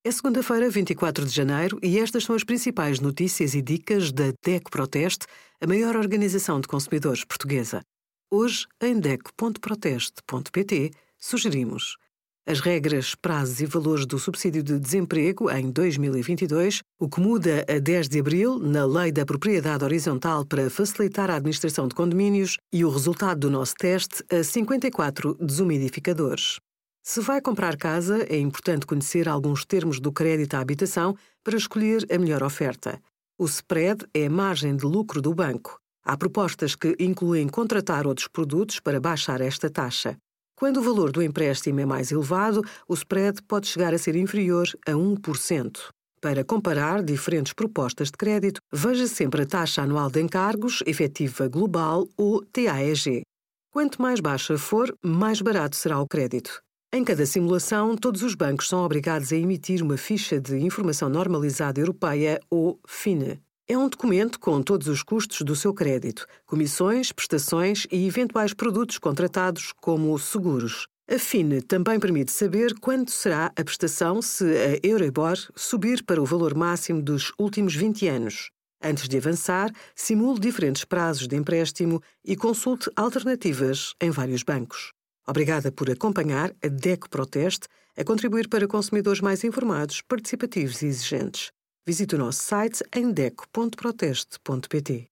É segunda-feira, 24 de janeiro, e estas são as principais notícias e dicas da DECO Proteste, a maior organização de consumidores portuguesa. Hoje, em DECO.proteste.pt, sugerimos as regras, prazos e valores do subsídio de desemprego em 2022, o que muda a 10 de abril na Lei da Propriedade Horizontal para facilitar a administração de condomínios e o resultado do nosso teste a 54 desumidificadores. Se vai comprar casa, é importante conhecer alguns termos do crédito à habitação para escolher a melhor oferta. O spread é a margem de lucro do banco. Há propostas que incluem contratar outros produtos para baixar esta taxa. Quando o valor do empréstimo é mais elevado, o spread pode chegar a ser inferior a 1%. Para comparar diferentes propostas de crédito, veja sempre a taxa anual de encargos efetiva global ou TAEG. Quanto mais baixa for, mais barato será o crédito. Em cada simulação, todos os bancos são obrigados a emitir uma ficha de informação normalizada europeia, ou FINE. É um documento com todos os custos do seu crédito, comissões, prestações e eventuais produtos contratados, como seguros. A FINE também permite saber quanto será a prestação se a Euribor subir para o valor máximo dos últimos 20 anos. Antes de avançar, simule diferentes prazos de empréstimo e consulte alternativas em vários bancos. Obrigada por acompanhar a DECO Proteste a contribuir para consumidores mais informados, participativos e exigentes. Visite o nosso site em DECO.proteste.pt.